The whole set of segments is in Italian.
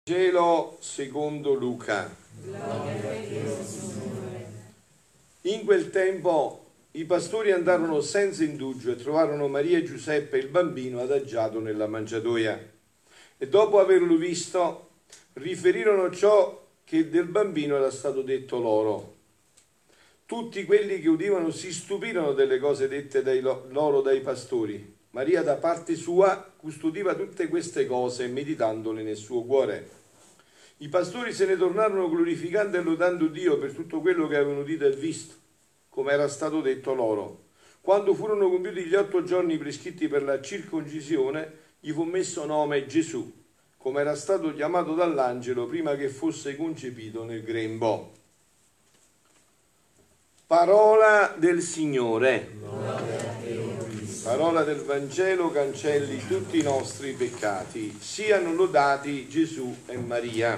Vangelo secondo Luca. In quel tempo i pastori andarono senza indugio e trovarono Maria e Giuseppe e il bambino adagiato nella mangiatoia. E dopo averlo visto, riferirono ciò che del bambino era stato detto loro. Tutti quelli che udivano si stupirono delle cose dette loro dai pastori. Maria da parte sua custodiva tutte queste cose, meditandole nel suo cuore. I pastori se ne tornarono glorificando e lodando Dio per tutto quello che avevano udito e visto, come era stato detto loro. Quando furono compiuti gli 8 giorni prescritti per la circoncisione, gli fu messo nome Gesù, come era stato chiamato dall'angelo prima che fosse concepito nel grembo. Parola del Signore. Parola del Vangelo cancelli tutti i nostri peccati. Siano lodati Gesù e Maria.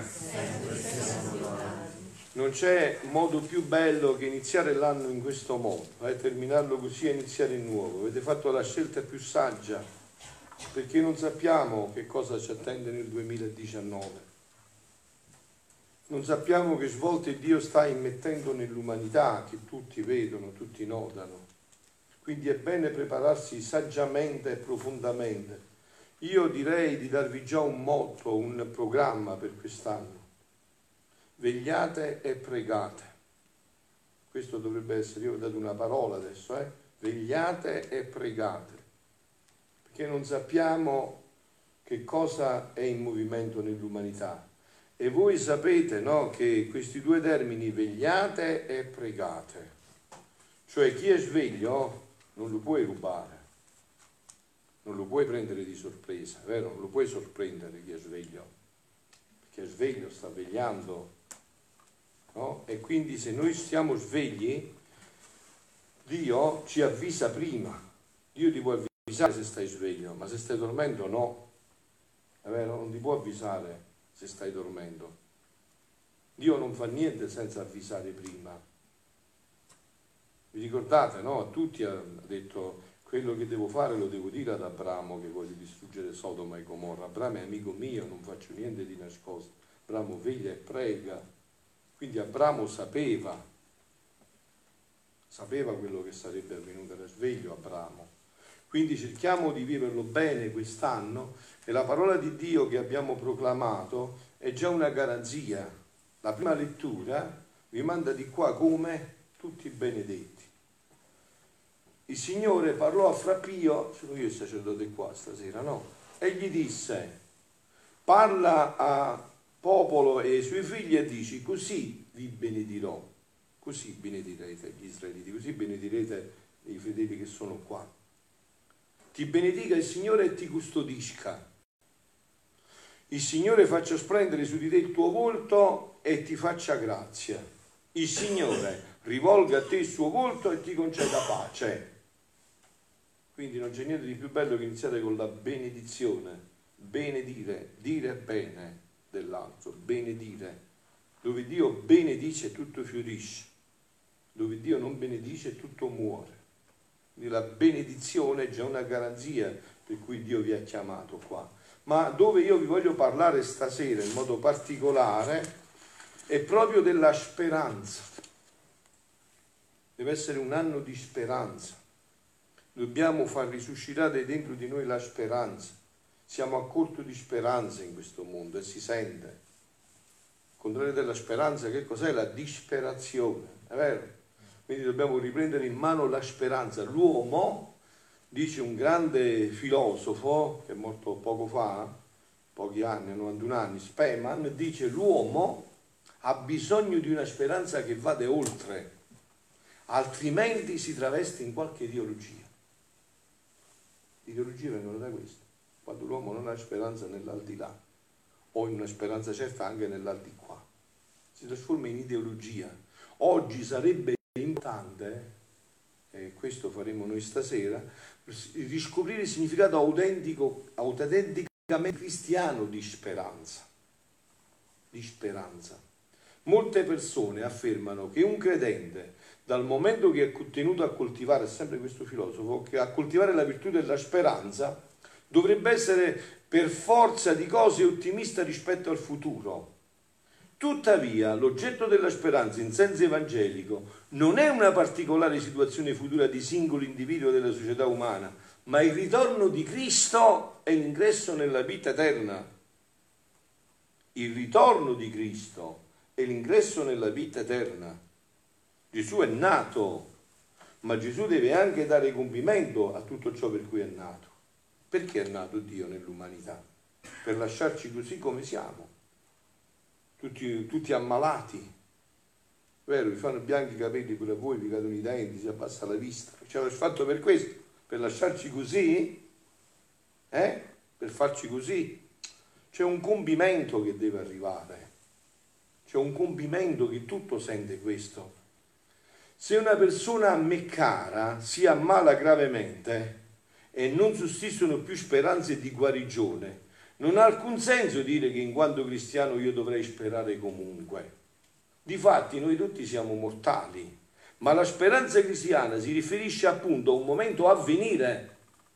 Non c'è modo più bello che iniziare l'anno in questo modo, terminarlo così e iniziare il nuovo. Avete fatto la scelta più saggia, perché non sappiamo che cosa ci attende nel 2019. Non sappiamo che svolte Dio sta immettendo nell'umanità, che tutti vedono, tutti notano. Quindi è bene prepararsi saggiamente e profondamente. Io direi di darvi già un motto, un programma per quest'anno. Vegliate e pregate. Questo dovrebbe essere, io ho dato una parola adesso, Vegliate e pregate. Perché non sappiamo che cosa è in movimento nell'umanità. E voi sapete, no, che questi due termini, vegliate e pregate, cioè chi è sveglio non lo puoi rubare, non lo puoi prendere di sorpresa, vero? Non lo puoi sorprendere chi è sveglio, perché è sveglio, sta vegliando, no? E quindi se noi stiamo svegli, Dio ci avvisa prima. Dio ti può avvisare se stai sveglio, ma se stai dormendo no, è vero? Non ti può avvisare se stai dormendo. Dio non fa niente senza avvisare prima. Vi ricordate, no? A tutti ha detto: quello che devo fare lo devo dire ad Abramo, che voglio distruggere Sodoma e Gomorra. Abramo è amico mio, non faccio niente di nascosto. Abramo veglia e prega. Quindi Abramo sapeva quello che sarebbe avvenuto, era sveglio Abramo. Quindi cerchiamo di viverlo bene quest'anno, e la parola di Dio che abbiamo proclamato è già una garanzia. La prima lettura vi manda di qua come tutti benedetti. Il Signore parlò a Frappio, sono io il sacerdote qua stasera, no? E gli disse: parla a popolo e ai suoi figli e dici: così vi benedirò, così benedirete gli israeliti, così benedirete i fedeli che sono qua. Ti benedica il Signore e ti custodisca. Il Signore faccia splendere su di te il tuo volto e ti faccia grazia. Il Signore rivolga a te il suo volto e ti conceda pace. Quindi non c'è niente di più bello che iniziare con la benedizione. Benedire, dire bene dell'altro, benedire. Dove Dio benedice tutto fiorisce, dove Dio non benedice tutto muore. Quindi la benedizione è già una garanzia per cui Dio vi ha chiamato qua. Ma dove io vi voglio parlare stasera in modo particolare è proprio della speranza. Deve essere un anno di speranza. Dobbiamo far risuscitare dentro di noi la speranza. Siamo a corto di speranza in questo mondo e si sente. Il contrario della speranza che cos'è? La disperazione, è vero? Quindi dobbiamo riprendere in mano la speranza. L'uomo, dice un grande filosofo che è morto poco fa, pochi anni, 91 anni, Spemann, dice: l'uomo ha bisogno di una speranza che vada oltre, altrimenti si traveste in qualche ideologia. Le ideologie vengono da questo, quando l'uomo non ha speranza nell'aldilà, o in una speranza certa anche nell'aldilà, si trasforma in ideologia. Oggi sarebbe importante, e questo faremo noi stasera, riscoprire il significato autenticamente cristiano di speranza. Di speranza. Molte persone affermano che un credente, dal momento che è tenuto a coltivare, è sempre questo filosofo, che a coltivare la virtù della speranza, dovrebbe essere per forza di cose è ottimista rispetto al futuro. Tuttavia, l'oggetto della speranza in senso evangelico non è una particolare situazione futura di singolo individuo della società umana, ma il ritorno di Cristo e l'ingresso nella vita eterna. Il ritorno di Cristo e l'ingresso nella vita eterna. Gesù è nato, ma Gesù deve anche dare compimento a tutto ciò per cui è nato. Perché è nato Dio nell'umanità? Per lasciarci così come siamo, tutti ammalati. Vero, vi fanno bianchi i capelli pure a voi, vi cadono i denti, si abbassa la vista. Ce l'ha fatto per questo, per lasciarci così, per farci così. C'è un compimento che deve arrivare, c'è un compimento che tutto sente questo. Se una persona a me cara si ammala gravemente e non sussistono più speranze di guarigione, non ha alcun senso dire che in quanto cristiano io dovrei sperare comunque. Difatti noi tutti siamo mortali, ma la speranza cristiana si riferisce appunto a un momento a venire.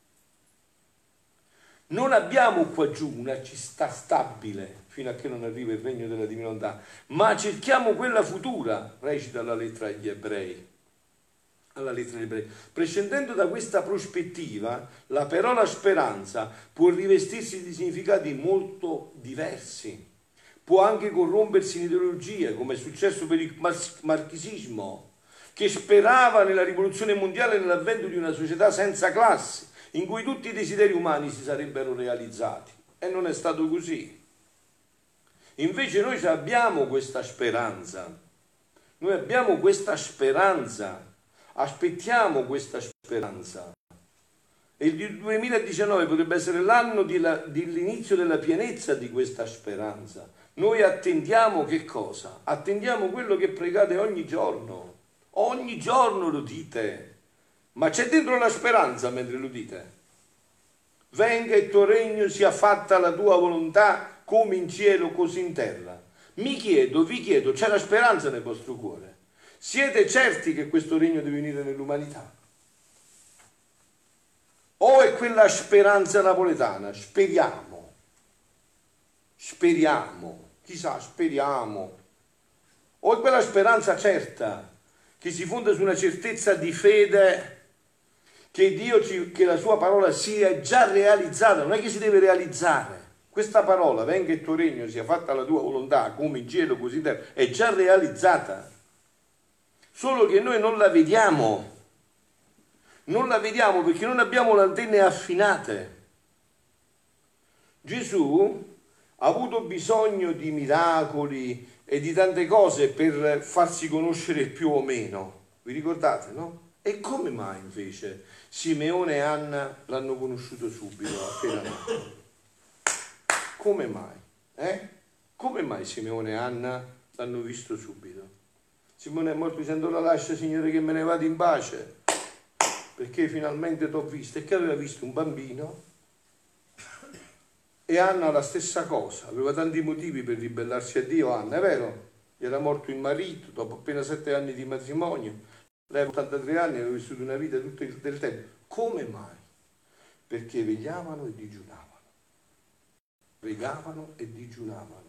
Non abbiamo qua giù una città stabile fino a che non arriva il regno della divinità, ma cerchiamo quella futura, recita la lettera agli ebrei. Alla lettera agli ebrei. Prescindendo da questa prospettiva, la parola speranza può rivestirsi di significati molto diversi. Può anche corrompersi in ideologia, come è successo per il marxismo, che sperava nella rivoluzione mondiale e nell'avvento di una società senza classi, in cui tutti i desideri umani si sarebbero realizzati. E non è stato così. Invece noi abbiamo questa speranza. Noi abbiamo questa speranza. Aspettiamo questa speranza. E il 2019 potrebbe essere l'anno dell'inizio della pienezza di questa speranza. Noi attendiamo che cosa? Attendiamo quello che pregate ogni giorno. Ogni giorno lo dite. Ma c'è dentro la speranza mentre lo dite. Venga il tuo regno, sia fatta la tua volontà come in cielo così in terra. Vi chiedo, c'è la speranza nel vostro cuore? Siete certi che questo regno deve venire nell'umanità? O è quella speranza napoletana? Speriamo, chissà, speriamo. O è quella speranza certa, che si fonda su una certezza di fede, che la sua parola sia già realizzata, non è che si deve realizzare. Questa parola, venga il tuo regno, sia fatta la tua volontà, come in cielo così in terra, è già realizzata. Solo che noi non la vediamo. Non la vediamo perché non abbiamo le antenne affinate. Gesù ha avuto bisogno di miracoli e di tante cose per farsi conoscere più o meno. Vi ricordate, no? E come mai invece Simeone e Anna l'hanno conosciuto subito appena nato? Come mai? Come mai Simeone e Anna l'hanno visto subito? Simone è morto dicendo: la lascia, Signore, che me ne vado in pace, perché finalmente t'ho visto. E che aveva visto un bambino. E Anna la stessa cosa, aveva tanti motivi per ribellarsi a Dio. Anna, è vero? Gli era morto il marito dopo appena 7 anni di matrimonio, lei aveva 83 anni e aveva vissuto una vita tutto il tempo. Come mai? Perché vegliavano e digiunavano, pregavano e digiunavano,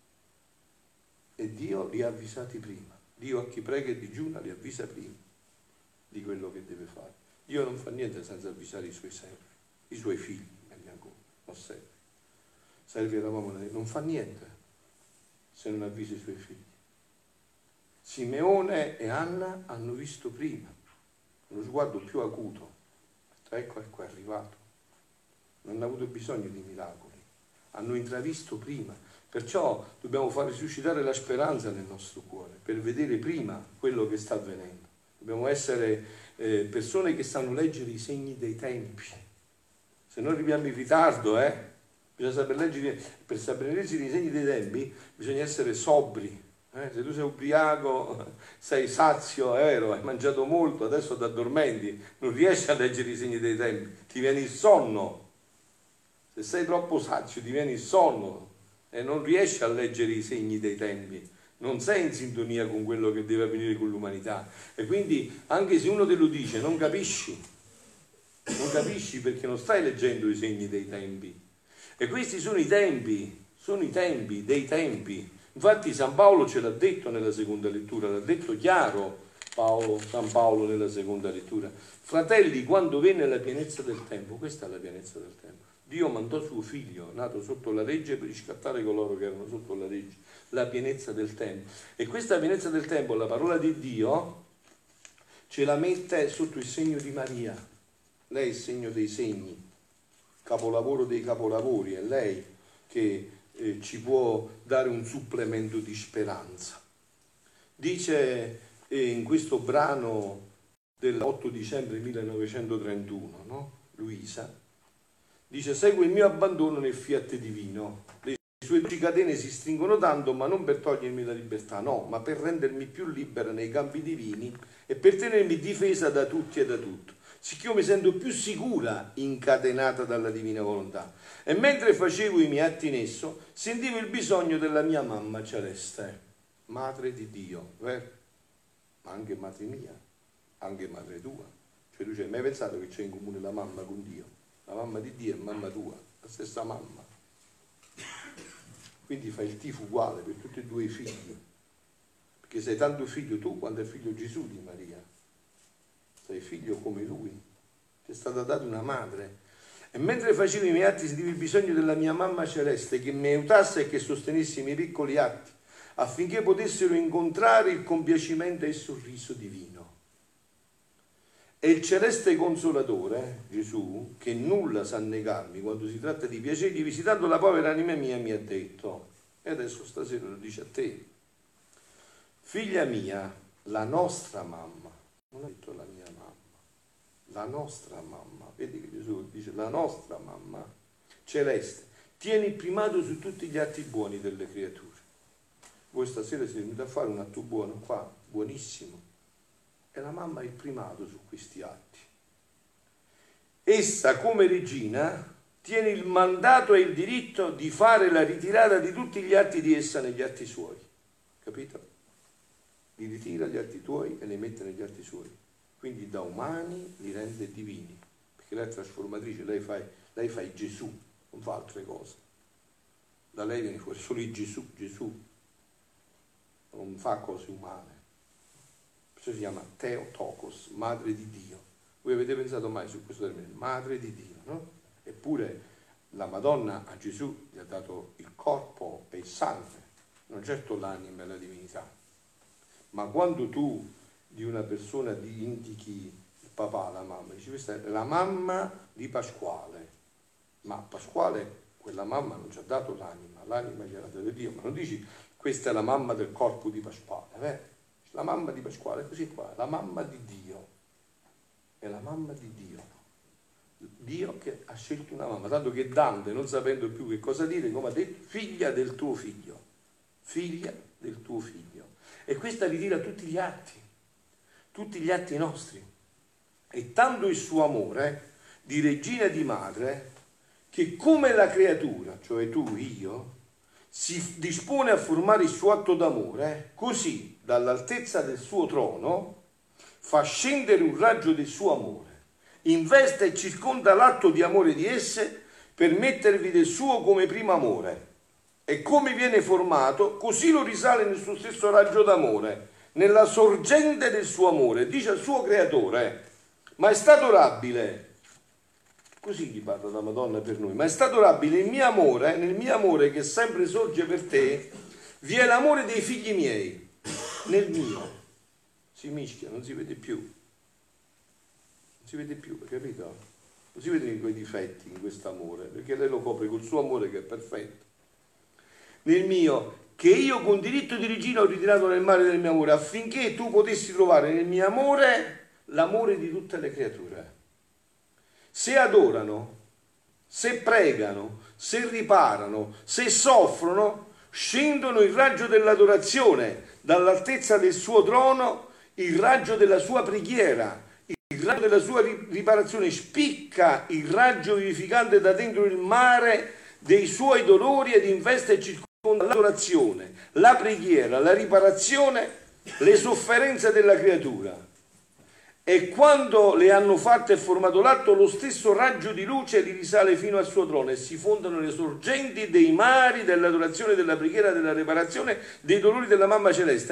e Dio li ha avvisati prima. Dio a chi prega e digiuna li avvisa prima di quello che deve fare. Dio non fa niente senza avvisare i suoi servi, i suoi figli, meglio ancora, non servi. Servi eravamo noi, non fa niente se non avvisa i suoi figli. Simeone e Anna hanno visto prima, uno sguardo più acuto. Ecco è arrivato. Non hanno avuto bisogno di miracoli, hanno intravisto prima. Perciò dobbiamo far risuscitare la speranza nel nostro cuore, per vedere prima quello che sta avvenendo. Dobbiamo essere persone che sanno leggere i segni dei tempi. Se noi arriviamo in ritardo, bisogna saper leggere, per saper leggere i segni dei tempi bisogna essere sobri. Se tu sei ubriaco, sei sazio, è vero, hai mangiato molto, adesso ti addormenti, non riesci a leggere i segni dei tempi, ti viene il sonno. Se sei troppo sazio ti viene il sonno e non riesci a leggere i segni dei tempi, non sei in sintonia con quello che deve avvenire con l'umanità. E quindi anche se uno te lo dice non capisci perché non stai leggendo i segni dei tempi. E questi sono i tempi dei tempi. Infatti San Paolo ce l'ha detto nella seconda lettura, l'ha detto chiaro San Paolo nella seconda lettura. Fratelli, quando venne la pienezza del tempo, questa è la pienezza del tempo, Dio mandò suo figlio, nato sotto la legge, per riscattare coloro che erano sotto la legge, la pienezza del tempo. E questa pienezza del tempo, la parola di Dio, ce la mette sotto il segno di Maria. Lei è il segno dei segni, capolavoro dei capolavori, è lei che ci può dare un supplemento di speranza. Dice in questo brano dell'8 dicembre 1931, no? Luisa, dice: segue il mio abbandono nel fiat divino, le sue catene si stringono tanto, ma non per togliermi la libertà, no, ma per rendermi più libera nei campi divini e per tenermi difesa da tutti e da tutto, sicché io mi sento più sicura incatenata dalla divina volontà. E mentre facevo i miei atti in esso, sentivo il bisogno della mia mamma celeste, madre di Dio, vero? Ma anche madre mia, anche madre tua. Cioè tu ci hai mai pensato che c'è in comune la mamma con Dio? La mamma di Dio è mamma tua, la stessa mamma. Quindi fai il tifo uguale per tutti e due i figli, perché sei tanto figlio tu quanto è figlio Gesù di Maria. Sei figlio come lui, ti è stata data una madre. E mentre facevo i miei atti sentivo il bisogno della mia mamma celeste che mi aiutasse e che sostenesse i miei piccoli atti affinché potessero incontrare il compiacimento e il sorriso divino. E il celeste consolatore, Gesù, che nulla sa negarmi quando si tratta di piaceri, visitando la povera anima mia, mi ha detto, e adesso stasera lo dice a te: figlia mia, la nostra mamma, non ha detto la mia mamma, la nostra mamma, vedi che Gesù dice la nostra mamma celeste, tiene il primato su tutti gli atti buoni delle creature. Voi stasera siete venuti a fare un atto buono qua, buonissimo, e la mamma ha il primato su questi atti. Essa, come regina, tiene il mandato e il diritto di fare la ritirata di tutti gli atti di essa negli atti suoi, capito? Li ritira gli atti tuoi e li mette negli atti suoi. Quindi da umani li rende divini, perché lei è trasformatrice, lei fa il Gesù, non fa altre cose. Da lei viene fuori solo il Gesù non fa cose umane. Perciò si chiama Theotokos, madre di Dio. Voi avete pensato mai su questo termine? Madre di Dio, no? Eppure la Madonna a Gesù gli ha dato il corpo e il sangue, non certo l'anima e la divinità. Ma quando tu di una persona indichi il papà, la mamma, dici questa è la mamma di Pasquale, ma Pasquale, quella mamma non ci ha dato l'anima gliel'ha data Dio, ma non dici questa è la mamma del corpo di Pasquale, la mamma di Pasquale è così qua, la mamma di Dio, è la mamma di Dio, Dio che ha scelto una mamma, tanto che Dante, non sapendo più che cosa dire, come ha detto, figlia del tuo figlio, figlia del tuo figlio. E questa ritira tutti gli atti nostri. E tanto il suo amore di regina e di madre, che come la creatura, cioè tu, io, si dispone a formare il suo atto d'amore, così dall'altezza del suo trono fa scendere un raggio del suo amore, investe e circonda l'atto di amore di esse per mettervi del suo come primo amore. E come viene formato, così lo risale nel suo stesso raggio d'amore, nella sorgente del suo amore. Dice al suo creatore: ma è stato adorabile, così gli parla la Madonna per noi, ma è stato adorabile il mio amore, nel mio amore che sempre sorge per te, vi è l'amore dei figli miei, nel mio. Si mischia, non si vede più. Non si vede più, capito? Non si vedono quei difetti in questo amore, perché lei lo copre col suo amore che è perfetto. Nel mio, che io con diritto di regina ho ritirato nel mare del mio amore, affinché tu potessi trovare nel mio amore l'amore di tutte le creature. Se adorano, se pregano, se riparano, se soffrono, scendono il raggio dell'adorazione, dall'altezza del suo trono, il raggio della sua preghiera, il raggio della sua riparazione, spicca il raggio vivificante da dentro il mare dei suoi dolori ed investe e circonda l'adorazione, la preghiera, la riparazione, le sofferenze della creatura. E quando le hanno fatte e formato l'atto, lo stesso raggio di luce li risale fino al suo trono e si fondono le sorgenti dei mari dell'adorazione, della preghiera, della riparazione, dei dolori della mamma celeste.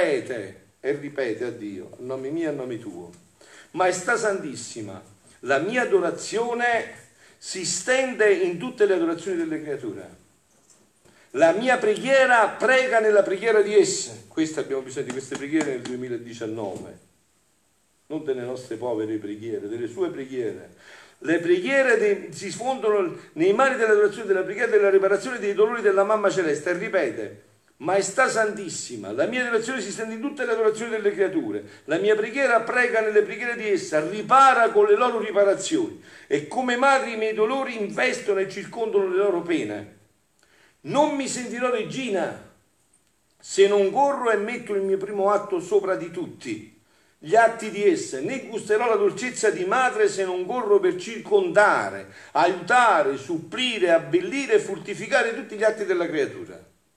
E ripete a Dio, a nome mio e a nome tuo. Maestà Santissima, la mia adorazione si stende in tutte le adorazioni delle creature. La mia preghiera prega nella preghiera di esse. Abbiamo bisogno di queste preghiere nel 2019. Non delle nostre povere preghiere, delle sue preghiere. Le preghiere si sfondano nei mari dell'adorazione, della preghiera, della riparazione dei dolori della mamma celeste. E ripete, Maestà Santissima, la mia adorazione si stende in tutte le adorazioni delle creature. La mia preghiera prega nelle preghiere di essa, ripara con le loro riparazioni. E come madri i miei dolori investono e circondano le loro pene. Non mi sentirò regina se non corro e metto il mio primo atto sopra di tutti gli atti di esse, né gusterò la dolcezza di madre se non corro per circondare, aiutare, supplire, abbellire e fortificare tutti gli atti della creatura.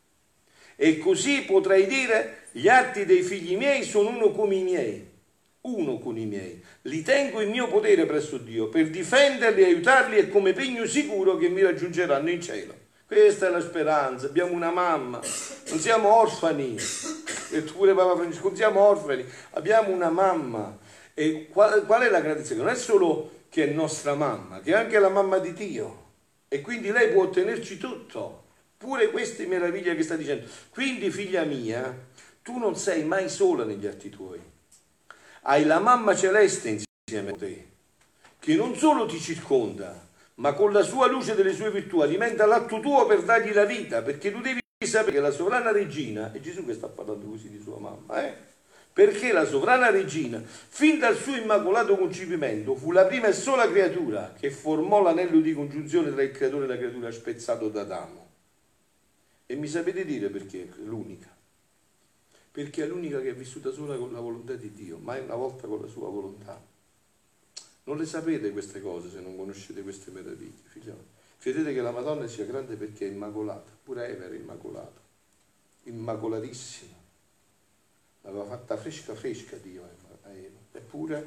E così potrei dire, gli atti dei figli miei sono uno come i miei, uno con i miei. Li tengo in mio potere presso Dio per difenderli e aiutarli e come pegno sicuro che mi raggiungeranno in cielo. Questa è la speranza, abbiamo una mamma, non siamo orfani, e pure Papa Francesco, non siamo orfani, abbiamo una mamma. E qual è la grazia? Non è solo che è nostra mamma, che è anche la mamma di Dio, e quindi lei può ottenerci tutto, pure queste meraviglie che sta dicendo. Quindi figlia mia, tu non sei mai sola negli atti tuoi, hai la mamma celeste insieme a te, che non solo ti circonda, ma con la sua luce delle sue virtù alimenta l'atto tuo per dargli la vita, perché tu devi sapere che la sovrana regina, è Gesù che sta parlando così di sua mamma, perché la sovrana regina, fin dal suo immacolato concepimento, fu la prima e sola creatura che formò l'anello di congiunzione tra il creatore e la creatura spezzato da Adamo. E mi sapete dire perché è l'unica? Perché è l'unica che è vissuta sola con la volontà di Dio, mai una volta con la sua volontà. Non le sapete queste cose se non conoscete queste meraviglie, figlioli. Credete che la Madonna sia grande perché è immacolata, pure Eva era immacolata, immacolatissima. L'aveva fatta fresca fresca Dio a Eva, eppure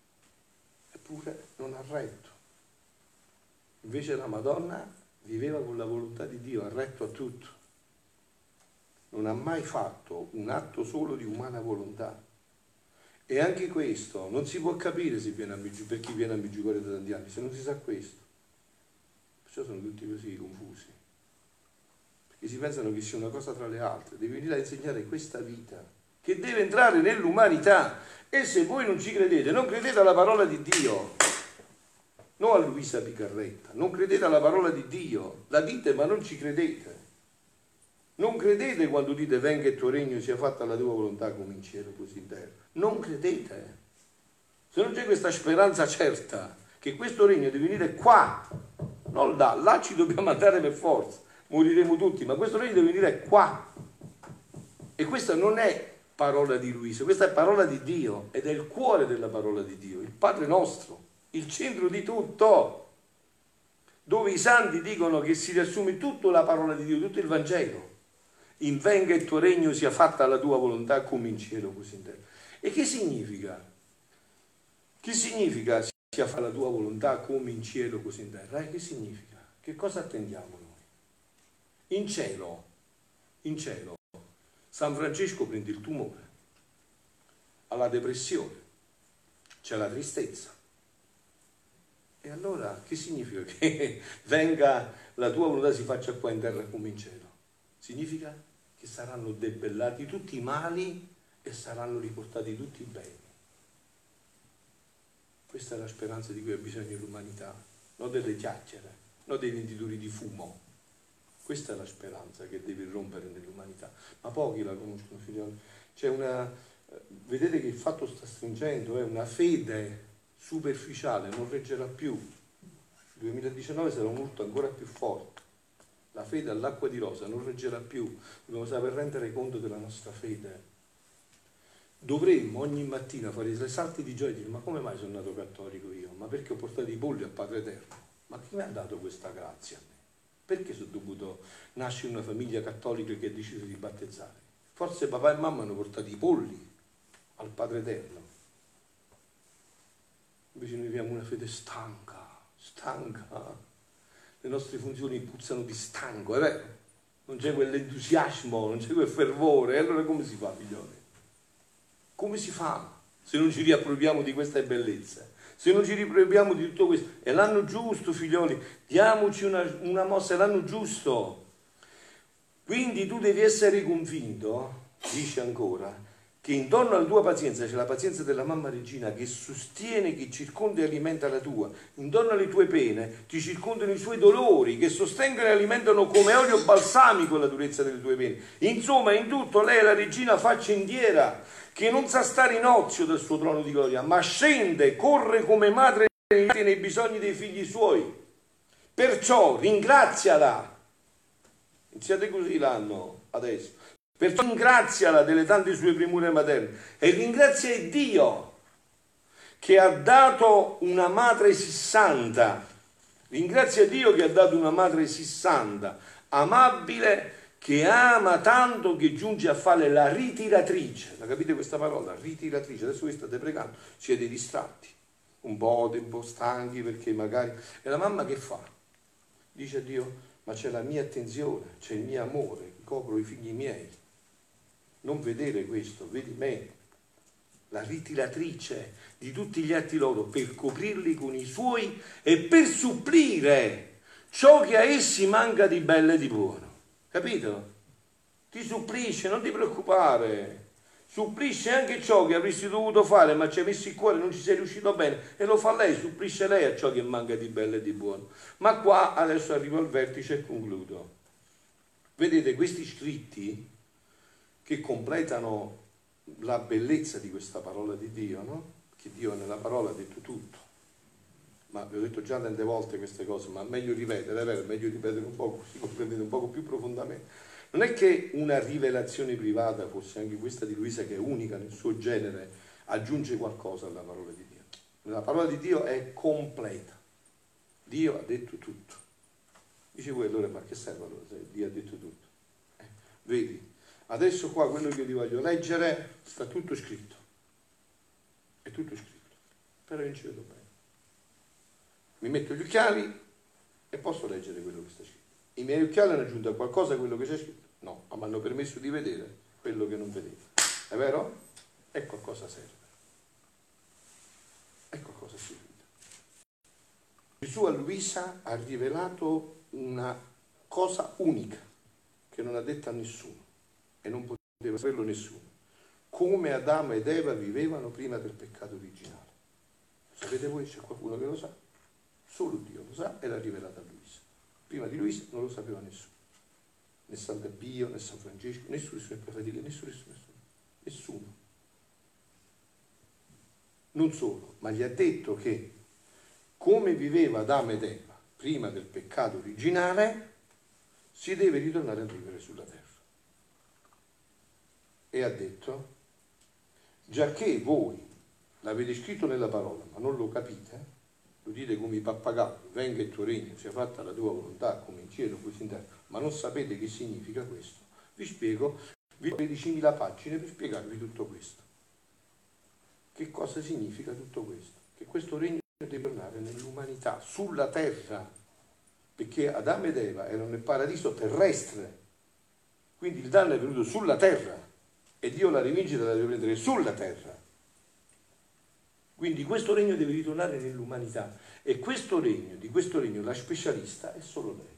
non ha retto. Invece la Madonna viveva con la volontà di Dio, ha retto a tutto. Non ha mai fatto un atto solo di umana volontà. E anche questo non si può capire se viene per chi viene a Medjugorje da tanti anni, se non si sa questo. Perciò sono tutti così confusi. Perché si pensano che sia una cosa tra le altre. Devi venire a insegnare questa vita, che deve entrare nell'umanità. E se voi non ci credete, non credete alla parola di Dio. Non a Luisa Picarretta, non credete alla parola di Dio. La dite ma non ci credete. Non credete quando dite venga il tuo regno, sia fatta la tua volontà come in cielo così in terra. Non credete. Se non c'è questa speranza certa che questo regno deve venire qua, non là, là ci dobbiamo andare per forza, moriremo tutti, ma questo regno deve venire qua. E questa non è parola di Luisa, questa è parola di Dio ed è il cuore della parola di Dio, il Padre nostro, il centro di tutto, dove i santi dicono che si riassume tutta la parola di Dio, tutto il Vangelo. In venga il tuo regno, sia fatta la tua volontà come in cielo così in terra. E che significa? Che significa sia fatta la tua volontà come in cielo così in terra? Che significa? Che cosa attendiamo noi? In cielo, San Francesco prende il tumore, ha la depressione, c'è la tristezza. E allora che significa che venga la tua volontà, si faccia qua in terra come in cielo? Significa che saranno debellati tutti i mali e saranno riportati tutti i beni. Questa è la speranza di cui ha bisogno l'umanità, non delle chiacchiere, non dei venditori di fumo. Questa è la speranza che deve irrompere nell'umanità, ma pochi la conoscono, figlioli. C'è vedete che il fatto sta stringendo, è una fede superficiale, non reggerà più. Il 2019 sarà un urto ancora più forte. La fede all'acqua di rosa non reggerà più, dobbiamo saper rendere conto della nostra fede. Dovremmo ogni mattina fare i salti di gioia e dire: ma come mai sono nato cattolico io? Ma perché ho portato i polli al Padre Eterno? Ma chi mi ha dato questa grazia a me? Perché sono dovuto nascere in una famiglia cattolica che ha deciso di battezzare? Forse papà e mamma hanno portato i polli al Padre Eterno. Invece noi viviamo una fede stanca, stanca. Le nostre funzioni puzzano di stanco, è vero? Non c'è quell'entusiasmo, non c'è quel fervore. E allora come si fa, figlioli? Come si fa se non ci riappropriamo di queste bellezze? Se non ci riappropriamo di tutto questo? È l'anno giusto, figlioli. Diamoci una mossa, è l'anno giusto. Quindi tu devi essere convinto, dice ancora, che intorno alla tua pazienza c'è la pazienza della mamma regina che sostiene, che circonda e alimenta la tua. Intorno alle tue pene ti circondano i suoi dolori che sostengono e alimentano come olio balsamico la durezza delle tue pene. Insomma, in tutto lei è la regina faccendiera che non sa stare in ozio del suo trono di gloria, ma scende, corre come madre nei bisogni dei figli suoi. Perciò ringraziala. Iniziate così l'anno adesso. Perciò ringraziala delle tante sue premure materne e ringrazia il Dio che ha dato una madre sissanta. Ringrazia Dio che ha dato una madre sissanta, amabile, che ama tanto che giunge a fare la ritiratrice. La capite questa parola? Ritiratrice. Adesso voi state pregando, siete distratti, un po' stanchi perché magari... E la mamma che fa? Dice a Dio, ma c'è la mia attenzione, c'è il mio amore, copro i figli miei. Non vedere questo, vedi me, la ritiratrice di tutti gli atti loro, per coprirli con i suoi e per supplire ciò che a essi manca di bello e di buono. Capito? Ti supplisce, non ti preoccupare. Supplisce anche ciò che avresti dovuto fare, ma ci hai messo il cuore, non ci sei riuscito bene, e lo fa lei, supplisce lei a ciò che manca di bello e di buono. Ma qua adesso arrivo al vertice e concludo. Vedete, questi scritti che completano la bellezza di questa parola di Dio, no? Che Dio nella parola ha detto tutto. Ma vi ho detto già tante volte queste cose, ma meglio ripetere, è vero, meglio ripetere un po', così comprendete un po' più profondamente. Non è che una rivelazione privata, forse anche questa di Luisa, che è unica nel suo genere, aggiunge qualcosa alla parola di Dio. La parola di Dio è completa. Dio ha detto tutto. Dice voi allora, ma che serve allora se Dio ha detto tutto? Vedi? Adesso qua quello che io ti voglio leggere sta tutto scritto, è tutto scritto, però io non ci vedo bene. Mi metto gli occhiali e posso leggere quello che sta scritto. I miei occhiali hanno aggiunto a qualcosa quello che c'è scritto? No, ma mi hanno permesso di vedere quello che non vedevo. È vero? Ecco a cosa serve. Ecco a cosa serve. Gesù a Luisa ha rivelato una cosa unica che non ha detto a nessuno. E non poteva saperlo nessuno, come Adamo ed Eva vivevano prima del peccato originale. Sapete voi, c'è qualcuno che lo sa? Solo Dio lo sa e l'ha rivelato a Luisa. Prima di Luisa non lo sapeva nessuno, né Santa Pio, né San Francesco, nessuno dei suoi fratelli, nessuno. Non solo, ma gli ha detto che come viveva Adamo ed Eva prima del peccato originale, si deve ritornare a vivere sulla terra. E ha detto, giacché voi l'avete scritto nella parola, ma non lo capite, lo dite come i pappagalli, venga il tuo regno, sia fatta la tua volontà come in cielo così in terra, ma non sapete che significa questo, vi spiego, vi ho 13.000 pagine per spiegarvi tutto questo. Che cosa significa tutto questo? Che questo regno deve tornare nell'umanità, sulla terra, perché Adamo ed Eva erano nel paradiso terrestre, quindi il danno è venuto sulla terra. E Dio la rivincita la deve prendere sulla terra. Quindi questo regno deve ritornare nell'umanità. E di questo regno la specialista è solo lei.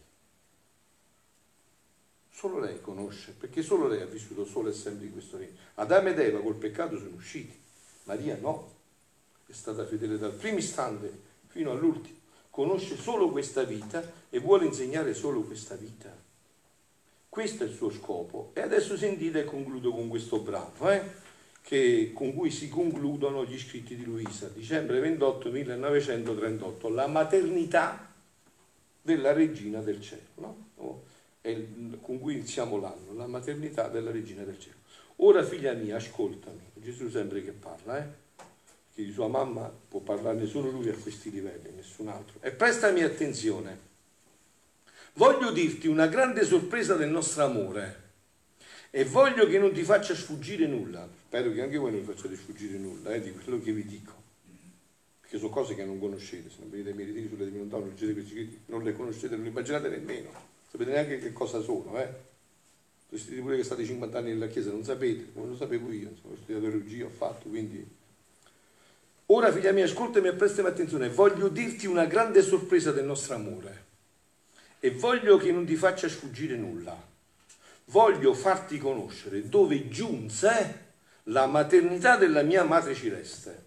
Solo lei conosce, perché solo lei ha vissuto solo e sempre in questo regno. Adamo ed Eva col peccato sono usciti. Maria no. È stata fedele dal primo istante fino all'ultimo. Conosce solo questa vita e vuole insegnare solo questa vita. Questo è il suo scopo. E adesso sentite e concludo con questo brano, con cui si concludono gli scritti di Luisa, dicembre 28 1938, la maternità della regina del cielo, no? Con cui iniziamo l'anno, la maternità della regina del cielo. Ora figlia mia, ascoltami, Gesù sempre che parla, che di sua mamma può parlarne solo lui a questi livelli, nessun altro, e prestami attenzione. Voglio dirti una grande sorpresa del nostro amore e voglio che non ti faccia sfuggire nulla. Spero che anche voi non vi facciate sfuggire nulla di quello che vi dico. perché sono cose che non conoscete, se non venite ai miei ritiri sulle divinità, non leggete questi scritti, non le conoscete, non le immaginate nemmeno, sapete neanche che cosa sono, Questi pure che state 50 anni nella Chiesa, non sapete, come lo sapevo io, insomma, ho studiato teologia, ho fatto, quindi... Ora, figlia mia, ascoltami e prestami attenzione, voglio dirti una grande sorpresa del nostro amore e voglio che non ti faccia sfuggire nulla. Voglio farti conoscere dove giunse la maternità della mia madre celeste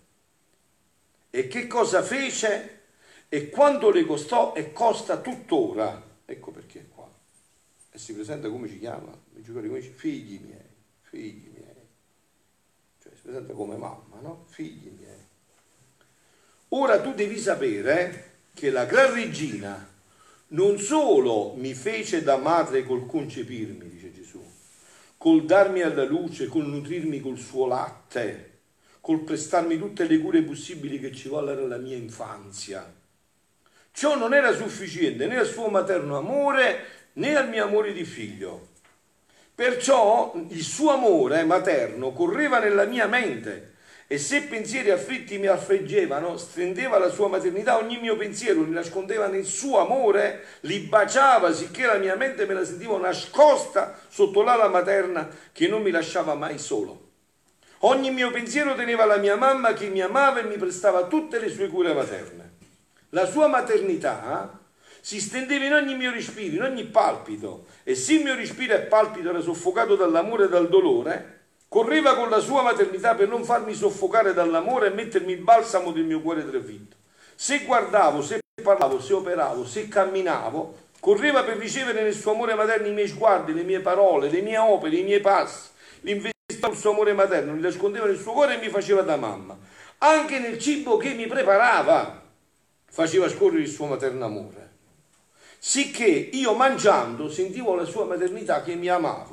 e che cosa fece e quanto le costò e costa tuttora. Ecco perché è qua. E si presenta come ci chiama? Come dice, figli miei, figli miei. Cioè si presenta come mamma, no? Figli miei. Ora tu devi sapere che la gran regina non solo mi fece da madre col concepirmi, dice Gesù, col darmi alla luce, col nutrirmi col suo latte, col prestarmi tutte le cure possibili che ci vollero alla mia infanzia. Ciò non era sufficiente né al suo materno amore né al mio amore di figlio. Perciò il suo amore materno correva nella mia mente e se pensieri afflitti mi affliggevano, stendeva la sua maternità ogni mio pensiero, li nascondeva nel suo amore, li baciava sicché la mia mente me la sentivo nascosta sotto l'ala materna che non mi lasciava mai solo. Ogni mio pensiero teneva la mia mamma che mi amava e mi prestava tutte le sue cure materne. La sua maternità si stendeva in ogni mio respiro, in ogni palpito, e se il mio respiro e palpito era soffocato dall'amore e dal dolore, correva con la sua maternità per non farmi soffocare dall'amore e mettermi il balsamo del mio cuore trafitto. Se guardavo, se parlavo, se operavo, se camminavo, correva per ricevere nel suo amore materno i miei sguardi, le mie parole, le mie opere, i miei passi. Li investiva il suo amore materno, li nascondeva nel suo cuore e mi faceva da mamma. Anche nel cibo che mi preparava faceva scorrere il suo materno amore. Sicché io mangiando sentivo la sua maternità che mi amava.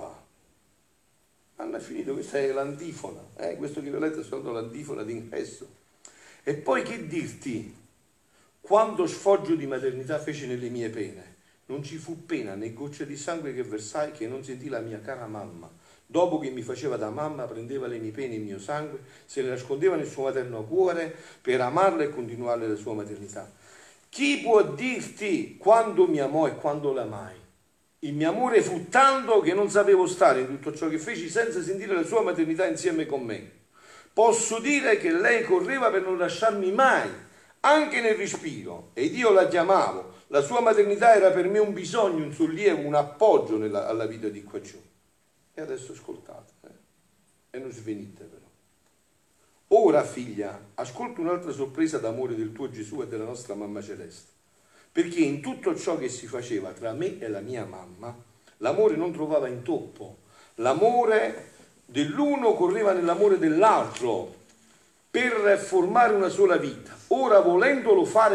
Hanno finito, questa è l'antifona, questo che vi ho letto è soltanto l'antifona d'ingresso. E poi che dirti, quando sfoggio di maternità fece nelle mie pene, non ci fu pena né goccia di sangue che versai che non sentì la mia cara mamma. Dopo che mi faceva da mamma, prendeva le mie pene e il mio sangue, se le nascondeva nel suo materno cuore per amarla e continuare la sua maternità. Chi può dirti quando mi amò e quando l'amai? Il mio amore fu tanto che non sapevo stare in tutto ciò che feci senza sentire la sua maternità insieme con me. Posso dire che lei correva per non lasciarmi mai, anche nel respiro, ed io la chiamavo. La sua maternità era per me un bisogno, un sollievo, un appoggio alla vita di qua giù. E adesso ascoltate, e non svenite però. Ora, figlia, ascolta un'altra sorpresa d'amore del tuo Gesù e della nostra mamma celeste. Perché in tutto ciò che si faceva tra me e la mia mamma, l'amore non trovava intoppo. L'amore dell'uno correva nell'amore dell'altro per formare una sola vita. Ora, volendolo fare